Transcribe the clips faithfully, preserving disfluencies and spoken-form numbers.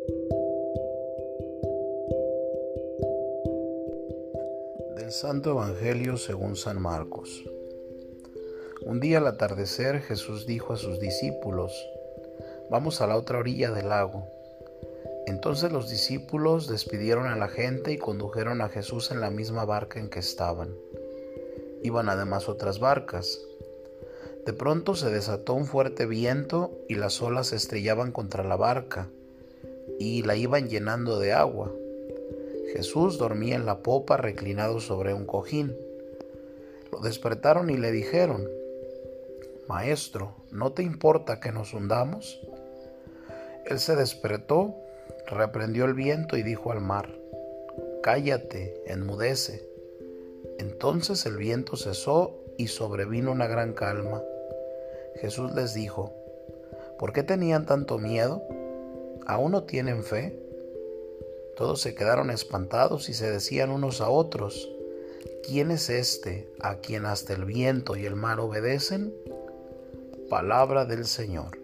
Del Santo Evangelio según San Marcos. Un día al atardecer Jesús dijo a sus discípulos: «Vamos a la otra orilla del lago». Entonces los discípulos despidieron a la gente y condujeron a Jesús en la misma barca en que estaban. Iban además otras barcas. De pronto se desató un fuerte viento y las olas se estrellaban contra la barca y la iban llenando de agua. Jesús dormía en la popa reclinado sobre un cojín. Lo despertaron y le dijeron: «Maestro, ¿no te importa que nos hundamos?». Él se despertó, reprendió el viento y dijo al mar: «Cállate, enmudece». Entonces el viento cesó y sobrevino una gran calma. Jesús les dijo: «¿Por qué tenían tanto miedo? ¿Aún no tienen fe?». Todos se quedaron espantados y se decían unos a otros: «¿Quién es este a quien hasta el viento y el mar obedecen?». Palabra del Señor.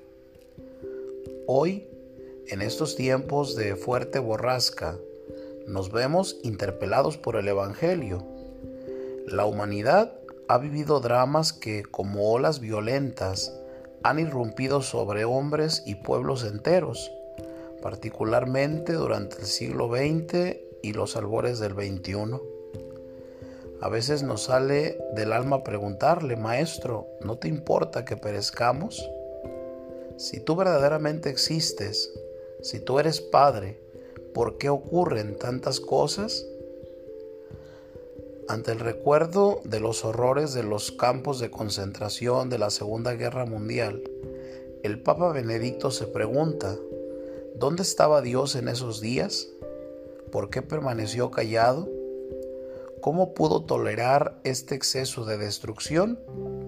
Hoy, en estos tiempos de fuerte borrasca, nos vemos interpelados por el Evangelio. La humanidad ha vivido dramas que, como olas violentas, han irrumpido sobre hombres y pueblos enteros, particularmente durante el siglo veinte y los albores del veintiuno. A veces nos sale del alma preguntarle: «Maestro, ¿no te importa que perezcamos? Si tú verdaderamente existes, si tú eres Padre, ¿por qué ocurren tantas cosas?». Ante el recuerdo de los horrores de los campos de concentración de la Segunda Guerra Mundial, el Papa Benedicto se pregunta: ¿dónde estaba Dios en esos días? ¿Por qué permaneció callado? ¿Cómo pudo tolerar este exceso de destrucción?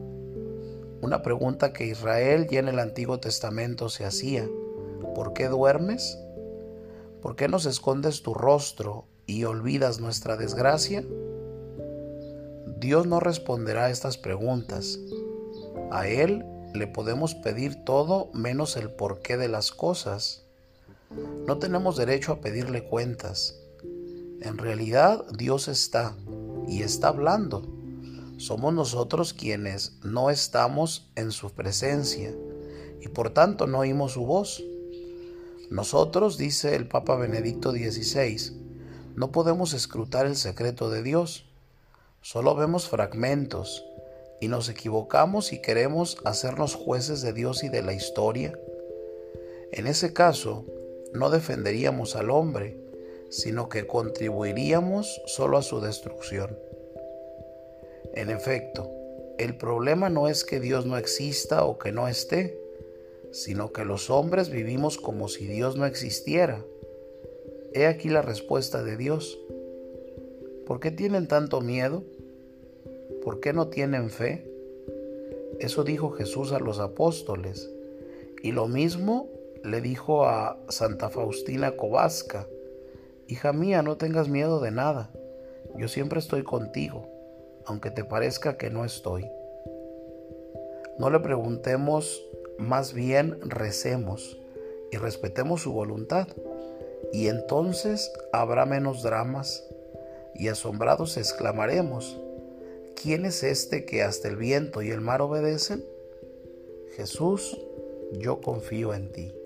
Una pregunta que Israel ya en el Antiguo Testamento se hacía: ¿por qué duermes? ¿Por qué nos escondes tu rostro y olvidas nuestra desgracia? Dios no responderá a estas preguntas. A Él le podemos pedir todo menos el porqué de las cosas. No tenemos derecho a pedirle cuentas. En realidad, Dios está y está hablando. Somos nosotros quienes no estamos en su presencia y por tanto no oímos su voz. Nosotros, dice el Papa Benedicto dieciséis, no podemos escrutar el secreto de Dios. Solo vemos fragmentos y nos equivocamos y queremos hacernos jueces de Dios y de la historia. En ese caso, no defenderíamos al hombre, sino que contribuiríamos solo a su destrucción. En efecto, el problema no es que Dios no exista o que no esté, sino que los hombres vivimos como si Dios no existiera. He aquí la respuesta de Dios. ¿Por qué tienen tanto miedo? ¿Por qué no tienen fe? Eso dijo Jesús a los apóstoles, y lo mismo le dijo a Santa Faustina Kowalska: «Hija mía, no tengas miedo de nada, yo siempre estoy contigo, aunque te parezca que no estoy». No le preguntemos, más bien recemos y respetemos su voluntad, y entonces habrá menos dramas, y asombrados exclamaremos: «¿Quién es este que hasta el viento y el mar obedecen?». Jesús, yo confío en ti.